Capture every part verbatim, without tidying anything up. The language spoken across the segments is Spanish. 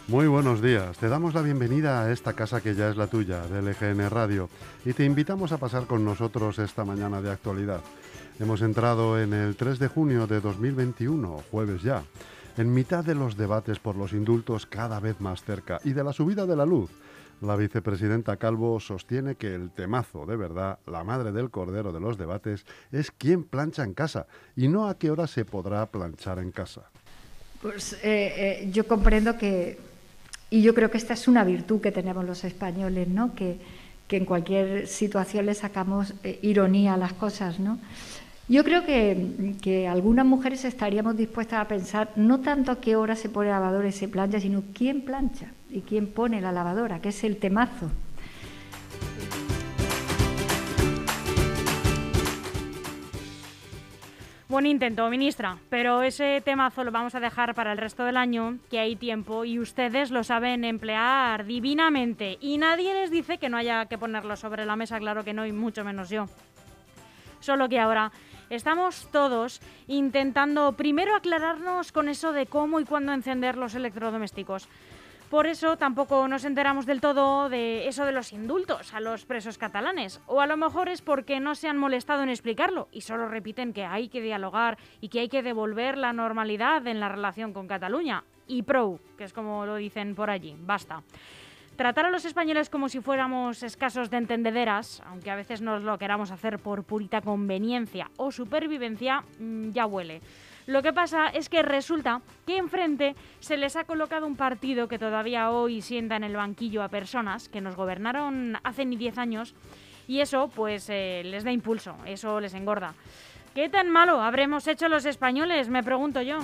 Muy buenos días, te damos la bienvenida a esta casa que ya es la tuya, de L G N Radio, y te invitamos a pasar con nosotros esta mañana de actualidad. Hemos entrado en el tres de junio de dos mil veintiuno, jueves ya, en mitad de los debates por los indultos cada vez más cerca y de la subida de la luz. La vicepresidenta Calvo sostiene que el temazo de verdad, la madre del cordero de los debates, es quién plancha en casa y no a qué hora se podrá planchar en casa. Pues eh, eh, yo comprendo que, y yo creo que esta es una virtud que tenemos los españoles, ¿no? Que, que en cualquier situación le sacamos eh, ironía a las cosas, ¿no? Yo creo que, que algunas mujeres estaríamos dispuestas a pensar no tanto a qué hora se pone la lavadora y se plancha, sino quién plancha y quién pone la lavadora, que es el temazo. Buen intento, ministra, pero ese temazo lo vamos a dejar para el resto del año, que hay tiempo y ustedes lo saben emplear divinamente y nadie les dice que no haya que ponerlo sobre la mesa, claro que no, y mucho menos yo. Solo que ahora estamos todos intentando primero aclararnos con eso de cómo y cuándo encender los electrodomésticos. Por eso tampoco nos enteramos del todo de eso de los indultos a los presos catalanes. O a lo mejor es porque no se han molestado en explicarlo y solo repiten que hay que dialogar y que hay que devolver la normalidad en la relación con Cataluña. Y prou, que es como lo dicen por allí. Basta. Tratar a los españoles como si fuéramos escasos de entendederas, aunque a veces nos lo queramos hacer por purita conveniencia o supervivencia, ya huele. Lo que pasa es que resulta que enfrente se les ha colocado un partido que todavía hoy sienta en el banquillo a personas que nos gobernaron hace ni diez años y eso pues eh, les da impulso, eso les engorda. ¿Qué tan malo habremos hecho los españoles? Me pregunto yo.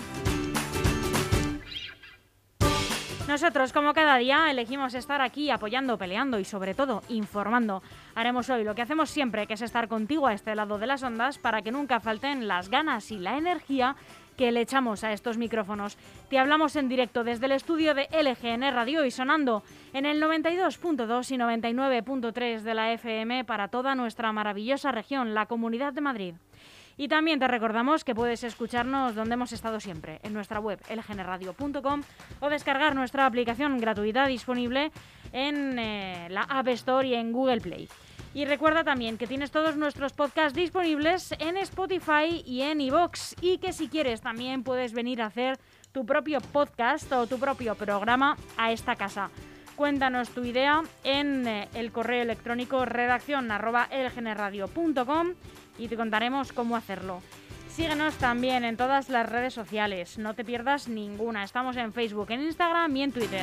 Nosotros, como cada día, elegimos estar aquí apoyando, peleando y, sobre todo, informando. Haremos hoy lo que hacemos siempre, que es estar contigo a este lado de las ondas para que nunca falten las ganas y la energía que le echamos a estos micrófonos. Te hablamos en directo desde el estudio de L G N Radio y sonando en el noventa y dos punto dos y noventa y nueve punto tres de la F M para toda nuestra maravillosa región, la Comunidad de Madrid. Y también te recordamos que puedes escucharnos donde hemos estado siempre, en nuestra web l g n radio punto com o descargar nuestra aplicación gratuita disponible en eh, la App Store y en Google Play. Y recuerda también que tienes todos nuestros podcasts disponibles en Spotify y en iVoox y que si quieres también puedes venir a hacer tu propio podcast o tu propio programa a esta casa. Cuéntanos tu idea en eh, el correo electrónico redacción arroba l g n radio punto com y te contaremos cómo hacerlo. Síguenos también en todas las redes sociales, no te pierdas ninguna. Estamos en Facebook, en Instagram y en Twitter.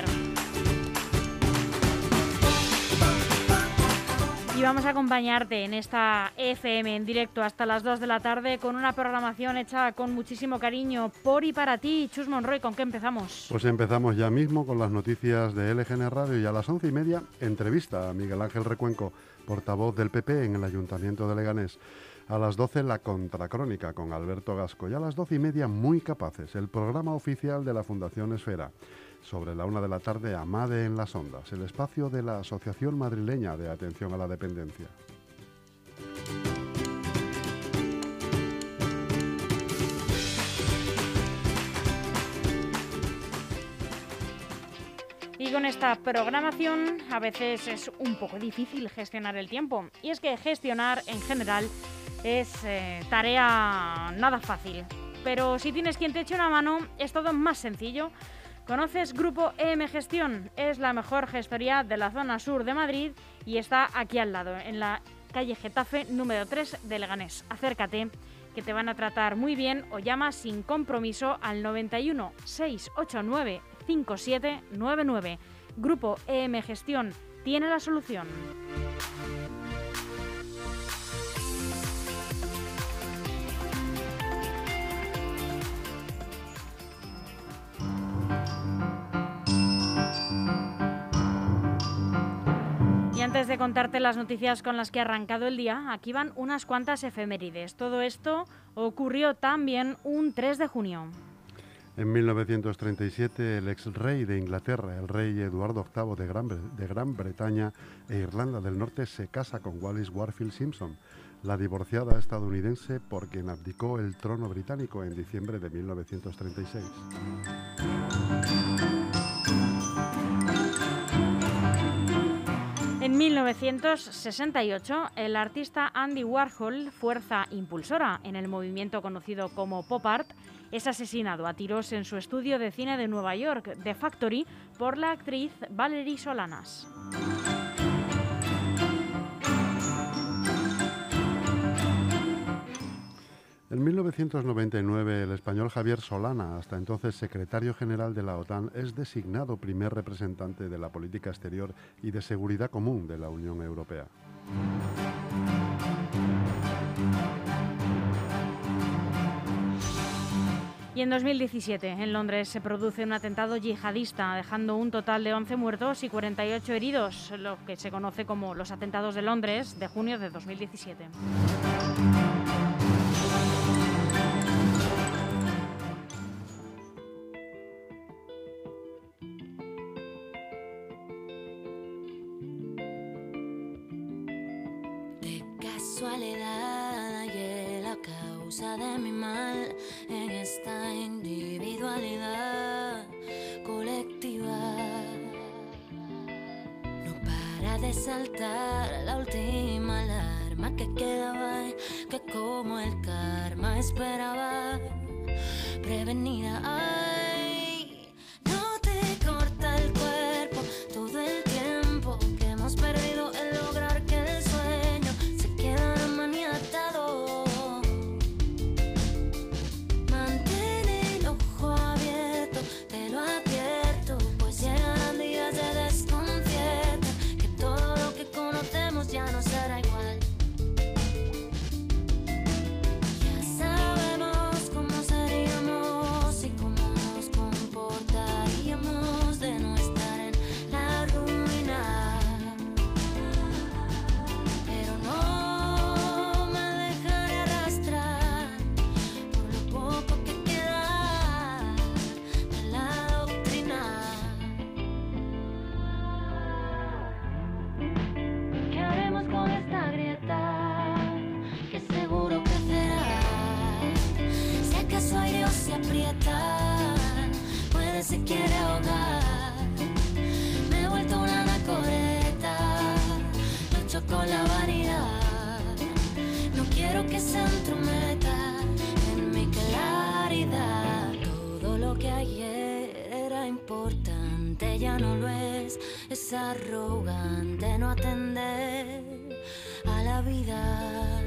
Y vamos a acompañarte en esta F M en directo hasta las dos de la tarde con una programación hecha con muchísimo cariño por y para ti. Chus Monroy, ¿con qué empezamos? Pues empezamos ya mismo con las noticias de L G N Radio y a las once y media entrevista a Miguel Ángel Recuenco, portavoz del P P en el Ayuntamiento de Leganés. A las doce la contracrónica con Alberto Gasco y a las doce y media Muy Capaces, el programa oficial de la Fundación Esfera. Sobre la una de la tarde Amade en las Ondas, el espacio de la Asociación Madrileña de Atención a la Dependencia. Y con esta programación a veces es un poco difícil gestionar el tiempo. Y es que gestionar en general es eh, tarea nada fácil. Pero si tienes quien te eche una mano, es todo más sencillo. ¿Conoces Grupo E M Gestión? Es la mejor gestoría de la zona sur de Madrid y está aquí al lado, en la calle Getafe número tres de Leganés. Acércate, que te van a tratar muy bien o llama sin compromiso al noventa y uno, seiscientos ochenta y nueve, cincuenta y siete noventa y nueve. Grupo E M Gestión tiene la solución. Y antes de contarte las noticias con las que ha arrancado el día, aquí van unas cuantas efemérides. Todo esto ocurrió también un tres de junio. En mil novecientos treinta y siete, el ex rey de Inglaterra, el rey Eduardo octavo de Gran, Bre- de Gran Bretaña e Irlanda del Norte, se casa con Wallis Warfield Simpson, la divorciada estadounidense por quien abdicó el trono británico en diciembre de mil novecientos treinta y seis. En mil novecientos sesenta y ocho, el artista Andy Warhol, fuerza impulsora en el movimiento conocido como pop art, es asesinado a tiros en su estudio de cine de Nueva York, The Factory, por la actriz Valerie Solanas. En mil novecientos noventa y nueve, el español Javier Solana, hasta entonces secretario general de la OTAN, es designado primer representante de la política exterior y de seguridad común de la Unión Europea. Y en dos mil diecisiete, en Londres, se produce un atentado yihadista, dejando un total de once muertos y cuarenta y ocho heridos, lo que se conoce como los atentados de Londres de junio de dos mil diecisiete. Casualidad y la causa de mi mal en esta individualidad colectiva. No para de saltar la última alarma que quedaba, que como el karma esperaba, prevenida. Ay, no te corta el cuerpo todo el tiempo que hemos perdido en lograr que el sueño se queda maniatado. Mantén el ojo abierto, te lo advierto, pues llegarán días de desconcierto, que todo lo que conocemos ya no será igual. Ya sabemos cómo seríamos y cómo nos comportaríamos de no estar en la ruina. Pero no me dejaré arrastrar por lo poco que queda de la doctrina. ¿Qué haremos con esta grieta que seguro crecerá? Si acaso aire o se aprieta, puede se quiere ahogar. Me he vuelto una anacoreta, lucho con la vanidad. No quiero que se entrometa en mi claridad. Todo lo que ayer era importante ya no lo es. Es arrogante no atender a la vida.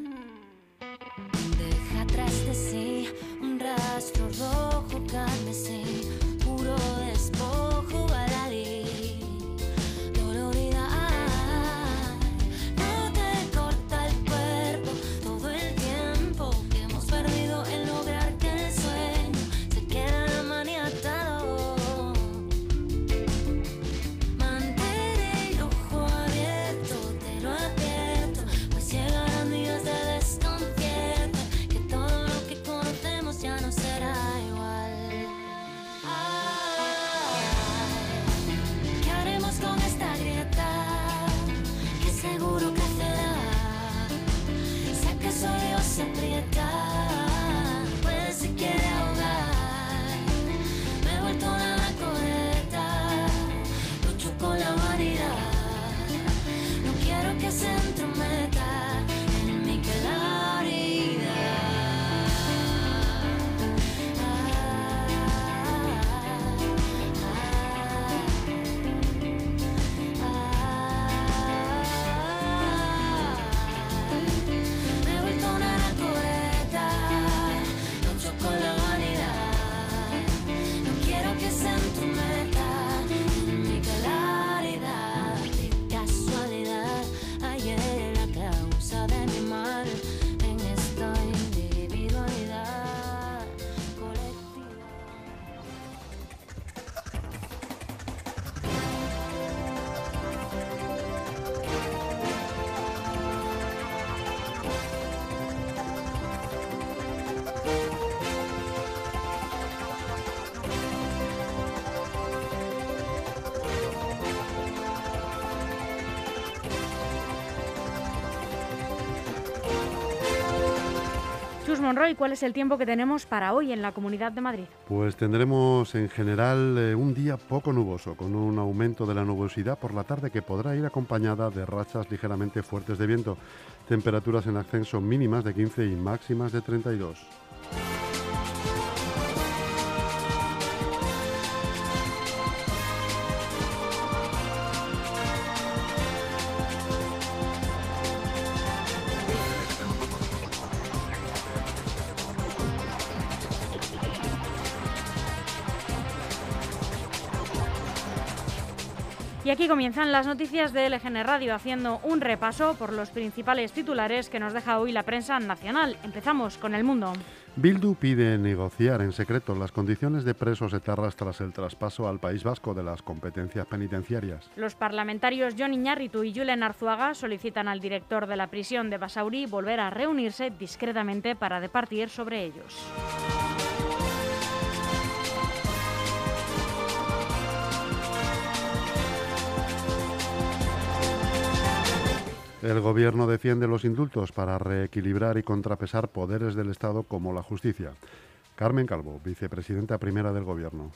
Deja atrás de sí un rastro rojo carmesí, puro despojo baladí, dolorida. No te corta el cuerpo todo el tiempo que hemos perdido en lograr que el sueño se quede maniatado. Mantén el ojo abierto, te lo advierto, pues llegarán días de desconcierto, que todo lo que conocemos ya no será igual. Monroy, ¿cuál es el tiempo que tenemos para hoy en la Comunidad de Madrid? Pues tendremos en general eh, un día poco nuboso, con un aumento de la nubosidad por la tarde que podrá ir acompañada de rachas ligeramente fuertes de viento. Temperaturas en ascenso mínimas de quince y máximas de treinta y dos. Y aquí comienzan las noticias de L G N Radio, haciendo un repaso por los principales titulares que nos deja hoy la prensa nacional. Empezamos con El Mundo. Bildu pide negociar en secreto las condiciones de presos etarras tras el traspaso al País Vasco de las competencias penitenciarias. Los parlamentarios Jon Iñárritu y Julen Arzuaga solicitan al director de la prisión de Basauri volver a reunirse discretamente para debatir sobre ellos. El Gobierno defiende los indultos para reequilibrar y contrapesar poderes del Estado como la justicia. Carmen Calvo, vicepresidenta primera del Gobierno.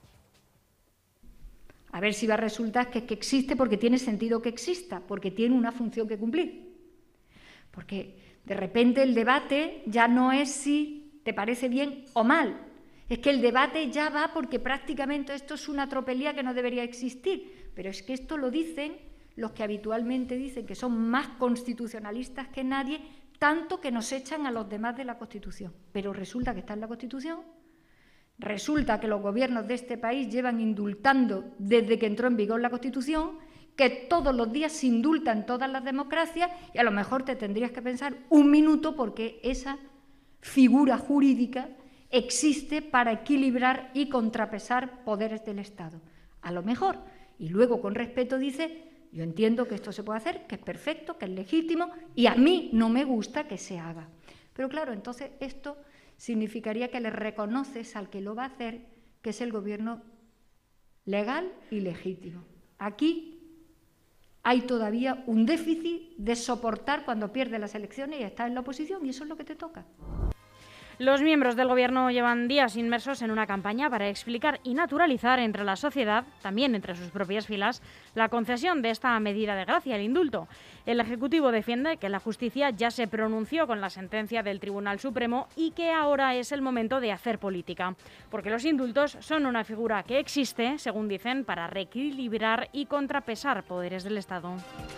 A ver si va a resultar que, que existe porque tiene sentido que exista, porque tiene una función que cumplir. Porque de repente el debate ya no es si te parece bien o mal. Es que el debate ya va porque prácticamente esto es una tropelía que no debería existir. Pero es que esto lo dicen los que habitualmente dicen que son más constitucionalistas que nadie, tanto que nos echan a los demás de la Constitución. Pero resulta que está en la Constitución, resulta que los gobiernos de este país llevan indultando desde que entró en vigor la Constitución, que todos los días se indultan todas las democracias y a lo mejor te tendrías que pensar un minuto porque esa figura jurídica existe para equilibrar y contrapesar poderes del Estado. A lo mejor. Y luego, con respeto, dice: yo entiendo que esto se puede hacer, que es perfecto, que es legítimo y a mí no me gusta que se haga. Pero claro, entonces esto significaría que le reconoces al que lo va a hacer que es el gobierno legal y legítimo. Aquí hay todavía un déficit de soportar cuando pierdes las elecciones y estás en la oposición y eso es lo que te toca. Los miembros del Gobierno llevan días inmersos en una campaña para explicar y naturalizar entre la sociedad, también entre sus propias filas, la concesión de esta medida de gracia, el indulto. El Ejecutivo defiende que la justicia ya se pronunció con la sentencia del Tribunal Supremo y que ahora es el momento de hacer política, porque los indultos son una figura que existe, según dicen, para reequilibrar y contrapesar poderes del Estado.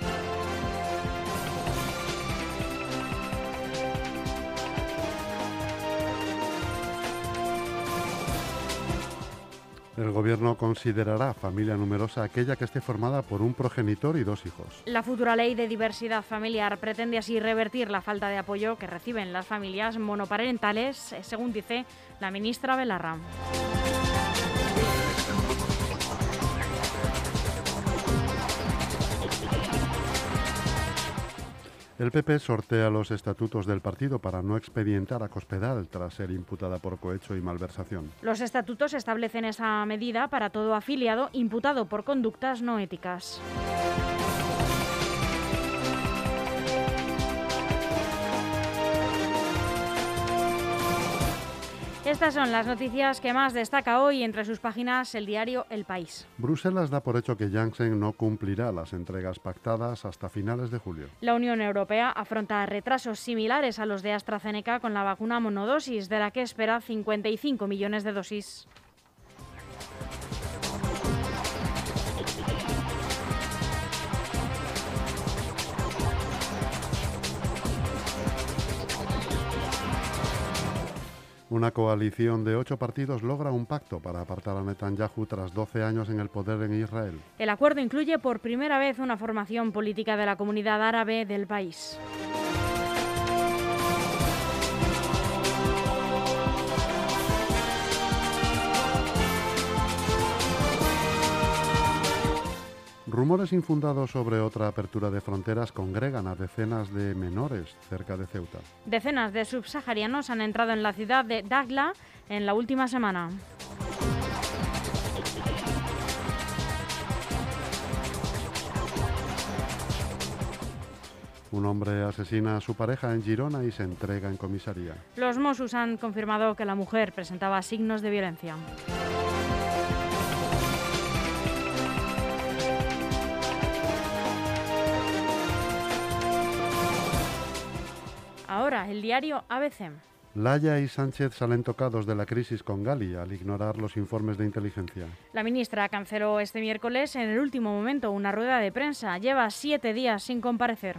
El Gobierno considerará familia numerosa aquella que esté formada por un progenitor y dos hijos. La futura ley de diversidad familiar pretende así revertir la falta de apoyo que reciben las familias monoparentales, según dice la ministra Belarra. El P P sortea los estatutos del partido para no expedientar a Cospedal tras ser imputada por cohecho y malversación. Los estatutos establecen esa medida para todo afiliado imputado por conductas no éticas. Estas son las noticias que más destaca hoy entre sus páginas el diario El País. Bruselas da por hecho que Janssen no cumplirá las entregas pactadas hasta finales de julio. La Unión Europea afronta retrasos similares a los de AstraZeneca con la vacuna monodosis, de la que espera cincuenta y cinco millones de dosis. Una coalición de ocho partidos logra un pacto para apartar a Netanyahu tras doce años en el poder en Israel. El acuerdo incluye por primera vez una formación política de la comunidad árabe del país. Rumores infundados sobre otra apertura de fronteras congregan a decenas de menores cerca de Ceuta. Decenas de subsaharianos han entrado en la ciudad de Dakhla en la última semana. Un hombre asesina a su pareja en Girona y se entrega en comisaría. Los Mossos han confirmado que la mujer presentaba signos de violencia. Ahora, el diario A B C. Laya y Sánchez salen tocados de la crisis con Gali al ignorar los informes de inteligencia. La ministra canceló este miércoles en el último momento una rueda de prensa. Lleva siete días sin comparecer.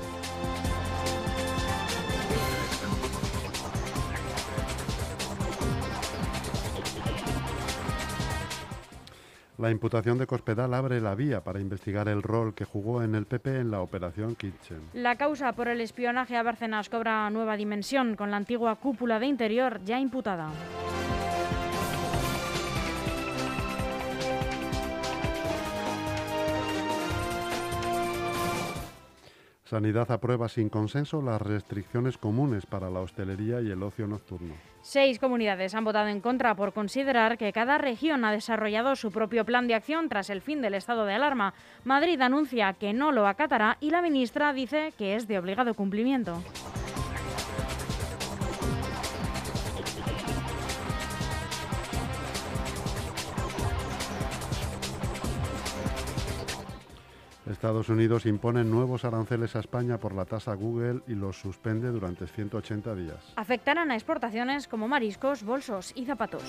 La imputación de Cospedal abre la vía para investigar el rol que jugó en el P P en la Operación Kitchen. La causa por el espionaje a Bárcenas cobra nueva dimensión con la antigua cúpula de Interior ya imputada. Sanidad aprueba sin consenso las restricciones comunes para la hostelería y el ocio nocturno. Seis comunidades han votado en contra por considerar que cada región ha desarrollado su propio plan de acción tras el fin del estado de alarma. Madrid anuncia que no lo acatará y la ministra dice que es de obligado cumplimiento. Estados Unidos impone nuevos aranceles a España por la tasa Google y los suspende durante ciento ochenta días. Afectarán a exportaciones como mariscos, bolsos y zapatos.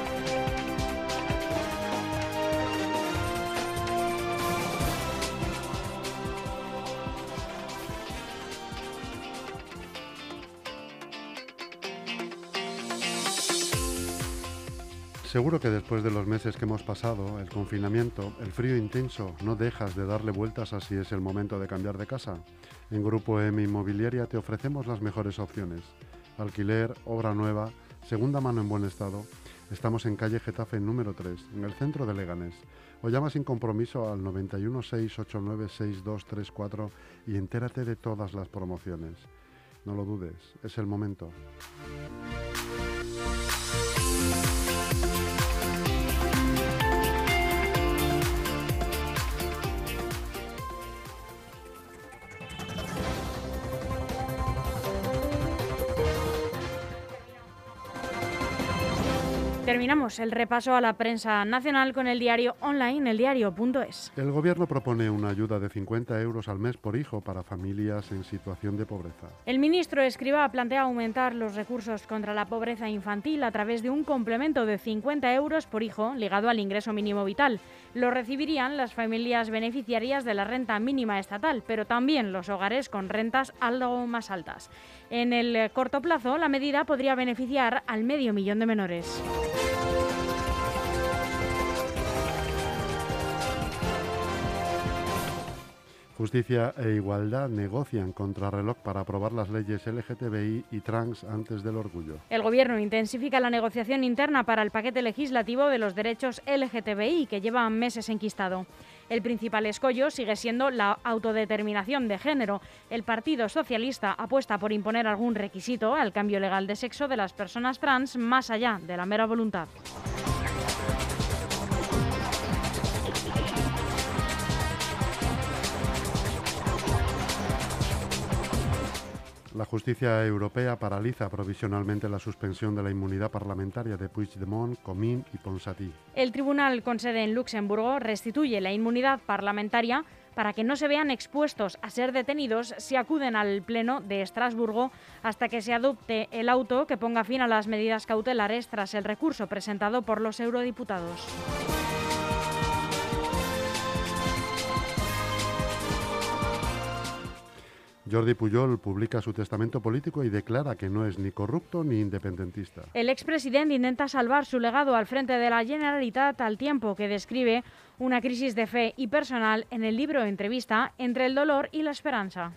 Seguro que después de los meses que hemos pasado, el confinamiento, el frío intenso, no dejas de darle vueltas a si es el momento de cambiar de casa. En Grupo E M Inmobiliaria te ofrecemos las mejores opciones. Alquiler, obra nueva, segunda mano en buen estado. Estamos en calle Getafe número tres, en el centro de Leganés. O llama sin compromiso al noventa y uno, seiscientos ochenta y nueve, sesenta y dos treinta y cuatro y entérate de todas las promociones. No lo dudes, es el momento. Terminamos el repaso a la prensa nacional con el diario online, eldiario punto es. El Gobierno propone una ayuda de cincuenta euros al mes por hijo para familias en situación de pobreza. El ministro Escrivá plantea aumentar los recursos contra la pobreza infantil a través de un complemento de cincuenta euros por hijo ligado al ingreso mínimo vital. Lo recibirían las familias beneficiarias de la renta mínima estatal, pero también los hogares con rentas algo más altas. En el corto plazo, la medida podría beneficiar al medio millón de menores. Justicia e Igualdad negocian contrarreloj para aprobar las leyes L G T B I y trans antes del orgullo. El Gobierno intensifica la negociación interna para el paquete legislativo de los derechos L G T B I que lleva meses enquistado. El principal escollo sigue siendo la autodeterminación de género. El Partido Socialista apuesta por imponer algún requisito al cambio legal de sexo de las personas trans más allá de la mera voluntad. La justicia europea paraliza provisionalmente la suspensión de la inmunidad parlamentaria de Puigdemont, Comín y Ponsatí. El tribunal con sede en Luxemburgo restituye la inmunidad parlamentaria para que no se vean expuestos a ser detenidos si acuden al Pleno de Estrasburgo hasta que se adopte el auto que ponga fin a las medidas cautelares tras el recurso presentado por los eurodiputados. Jordi Pujol publica su testamento político y declara que no es ni corrupto ni independentista. El expresidente intenta salvar su legado al frente de la Generalitat al tiempo que describe una crisis de fe y personal en el libro Entrevista entre el dolor y la esperanza.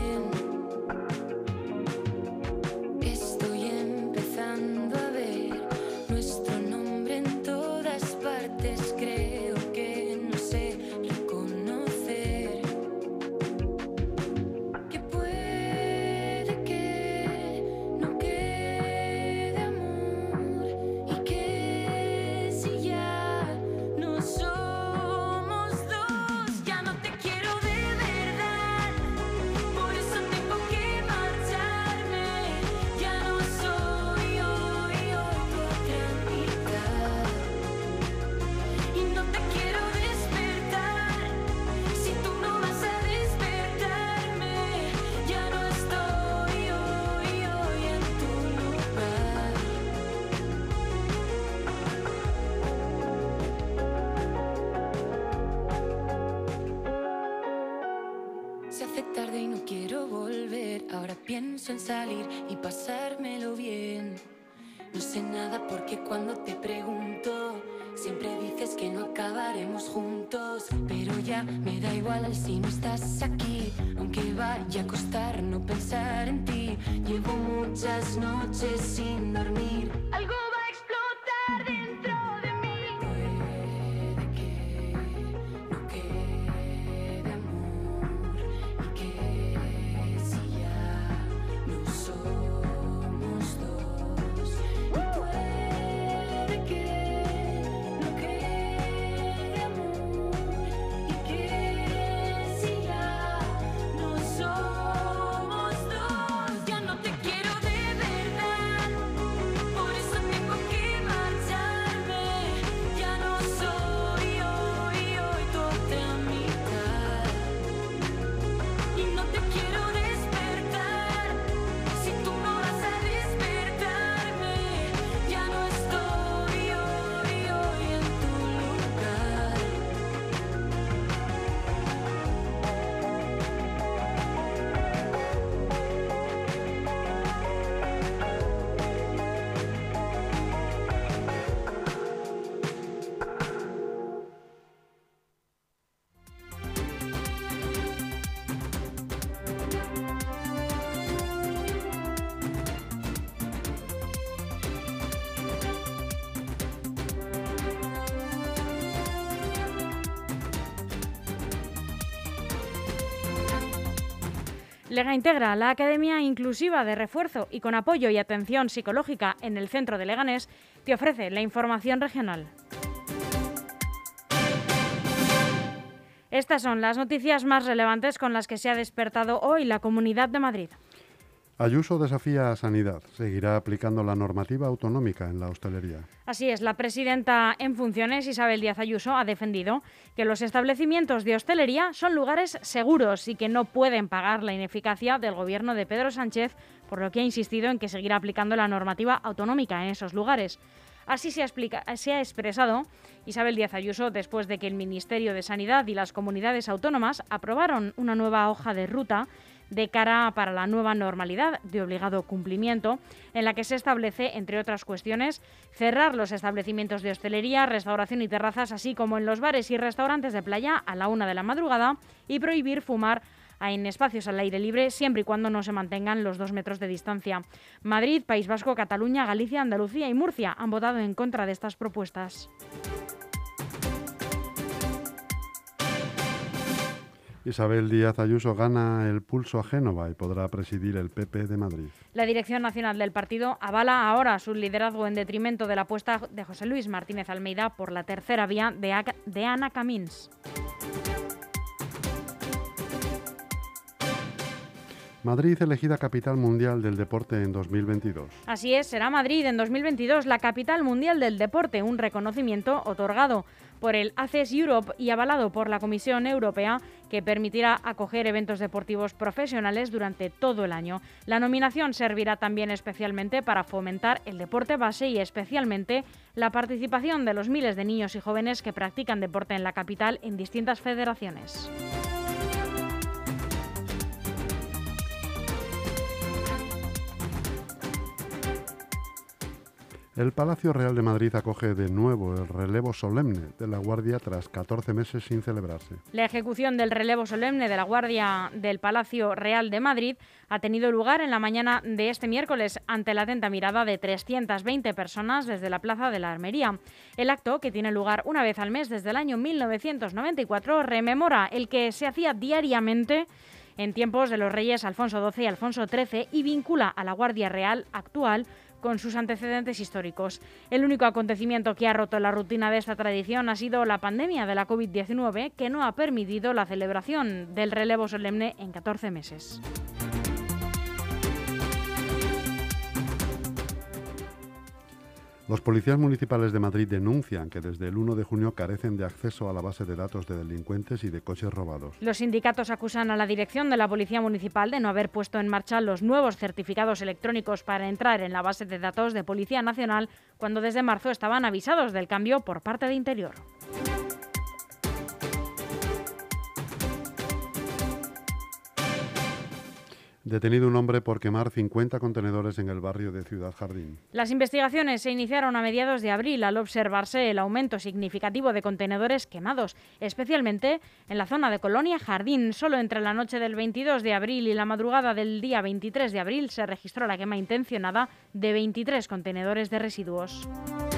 Estoy empezando a ver no quiero volver. Ahora pienso en salir y pasármelo bien. No sé nada porque cuando te pregunto siempre dices que no acabaremos juntos. Pero ya me da igual si no estás aquí. Aunque vaya a costar no pensar en ti. Llevo muchas noches sin dormir. Algo va a explotar dentro de mí. Puede que no quede amor. Y que si ya no somos dos. Y puede que no quede amor. Y que si ya no somos dos. Ya no te quiero de verdad. Por eso tengo que marcharme. Ya no soy hoy, hoy toda mitad. Y no te quiero despertar. Si tú no vas a despertarme. Ya no estoy hoy, hoy en tu lugar. Lega Integra, la academia inclusiva de refuerzo y con apoyo y atención psicológica en el centro de Leganés, te ofrece la información regional. Estas son las noticias más relevantes con las que se ha despertado hoy la Comunidad de Madrid. Ayuso desafía a Sanidad. Seguirá aplicando la normativa autonómica en la hostelería. Así es, la presidenta en funciones, Isabel Díaz Ayuso, ha defendido que los establecimientos de hostelería son lugares seguros y que no pueden pagar la ineficacia del gobierno de Pedro Sánchez, por lo que ha insistido en que seguirá aplicando la normativa autonómica en esos lugares. Así se ha, explica, se ha expresado Isabel Díaz Ayuso después de que el Ministerio de Sanidad y las comunidades autónomas aprobaron una nueva hoja de ruta de cara para la nueva normalidad de obligado cumplimiento, en la que se establece, entre otras cuestiones, cerrar los establecimientos de hostelería, restauración y terrazas, así como en los bares y restaurantes de playa a la una de la madrugada y prohibir fumar en espacios al aire libre siempre y cuando no se mantengan los dos metros de distancia. Madrid, País Vasco, Cataluña, Galicia, Andalucía y Murcia han votado en contra de estas propuestas. Isabel Díaz Ayuso gana el pulso a Génova y podrá presidir el P P de Madrid. La dirección nacional del partido avala ahora su liderazgo en detrimento de la apuesta de José Luis Martínez Almeida por la tercera vía de, A- de Ana Camins. Madrid elegida capital mundial del deporte en dos mil veintidós. Así es, será Madrid en dos mil veintidós la capital mundial del deporte, un reconocimiento otorgado por el A C E S Europe y avalado por la Comisión Europea, que permitirá acoger eventos deportivos profesionales durante todo el año. La nominación servirá también especialmente para fomentar el deporte base y especialmente la participación de los miles de niños y jóvenes que practican deporte en la capital en distintas federaciones. El Palacio Real de Madrid acoge de nuevo el relevo solemne de la Guardia tras catorce meses sin celebrarse. La ejecución del relevo solemne de la Guardia del Palacio Real de Madrid ha tenido lugar en la mañana de este miércoles ante la atenta mirada de trescientas veinte personas desde la Plaza de la Armería. El acto, que tiene lugar una vez al mes desde el año mil novecientos noventa y cuatro, rememora el que se hacía diariamente en tiempos de los reyes Alfonso doce y Alfonso trece y vincula a la Guardia Real actual con sus antecedentes históricos. El único acontecimiento que ha roto la rutina de esta tradición ha sido la pandemia de la covid diecinueve, que no ha permitido la celebración del relevo solemne en catorce meses. Los policías municipales de Madrid denuncian que desde el uno de junio carecen de acceso a la base de datos de delincuentes y de coches robados. Los sindicatos acusan a la dirección de la Policía Municipal de no haber puesto en marcha los nuevos certificados electrónicos para entrar en la base de datos de Policía Nacional, cuando desde marzo estaban avisados del cambio por parte de Interior. Detenido un hombre por quemar cincuenta contenedores en el barrio de Ciudad Jardín. Las investigaciones se iniciaron a mediados de abril al observarse el aumento significativo de contenedores quemados, especialmente en la zona de Colonia Jardín. Solo entre la noche del veintidós de abril y la madrugada del día veintitrés de abril se registró la quema intencionada de veintitrés contenedores de residuos.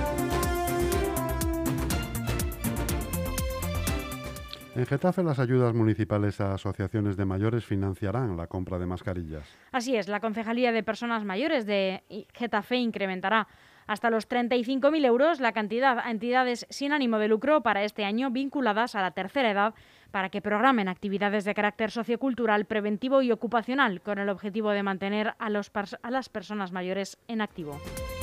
En Getafe, las ayudas municipales a asociaciones de mayores financiarán la compra de mascarillas. Así es, la Concejalía de Personas Mayores de Getafe incrementará hasta los treinta y cinco mil euros la cantidad a entidades sin ánimo de lucro para este año vinculadas a la tercera edad para que programen actividades de carácter sociocultural, preventivo y ocupacional con el objetivo de mantener a, los, a las personas mayores en activo.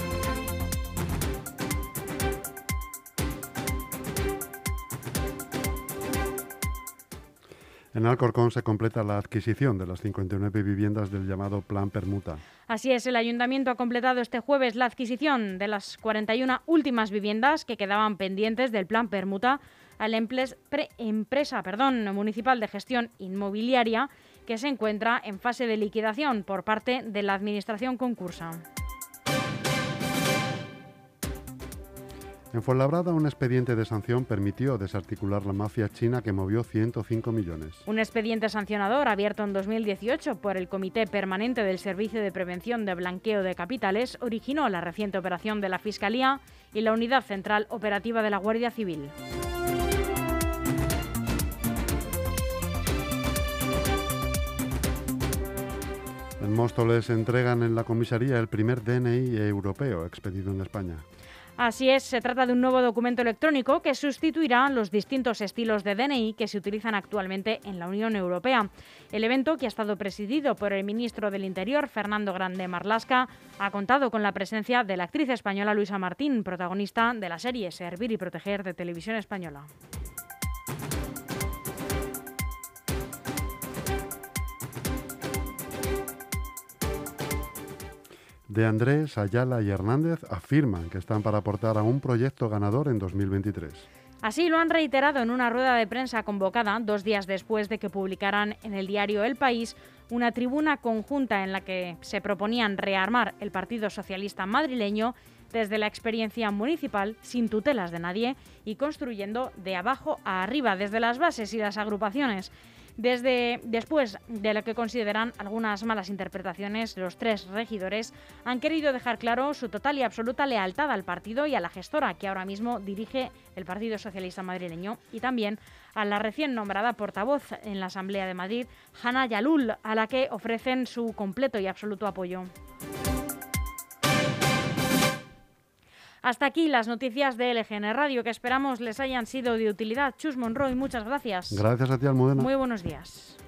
En Alcorcón se completa la adquisición de las cincuenta y nueve viviendas del llamado Plan Permuta. Así es, el Ayuntamiento ha completado este jueves la adquisición de las cuarenta y una últimas viviendas que quedaban pendientes del Plan Permuta a la empresa perdón, municipal de gestión inmobiliaria que se encuentra en fase de liquidación por parte de la Administración concursa. En Fuenlabrada, un expediente de sanción permitió desarticular la mafia china que movió ciento cinco millones. Un expediente sancionador abierto en dos mil dieciocho por el Comité Permanente del Servicio de Prevención de Blanqueo de Capitales originó la reciente operación de la Fiscalía y la Unidad Central Operativa de la Guardia Civil. En Móstoles entregan en la comisaría el primer D N I europeo expedido en España. Así es, se trata de un nuevo documento electrónico que sustituirá los distintos estilos de D N I que se utilizan actualmente en la Unión Europea. El evento, que ha estado presidido por el ministro del Interior, Fernando Grande Marlaska, ha contado con la presencia de la actriz española Luisa Martín, protagonista de la serie Servir y Proteger de Televisión Española. De Andrés, Ayala y Hernández afirman que están para aportar a un proyecto ganador en dos mil veintitrés. Así lo han reiterado en una rueda de prensa convocada dos días después de que publicaran en el diario El País una tribuna conjunta en la que se proponían rearmar el Partido Socialista madrileño desde la experiencia municipal, sin tutelas de nadie y construyendo de abajo a arriba, desde las bases y las agrupaciones. Desde después de lo que consideran algunas malas interpretaciones, los tres regidores han querido dejar claro su total y absoluta lealtad al partido y a la gestora que ahora mismo dirige el Partido Socialista madrileño, y también a la recién nombrada portavoz en la Asamblea de Madrid, Hanna Yalul, a la que ofrecen su completo y absoluto apoyo. Hasta aquí las noticias de L G N Radio, que esperamos les hayan sido de utilidad. Chus Monroy, muchas gracias. Gracias a ti, Almudena. Muy buenos días.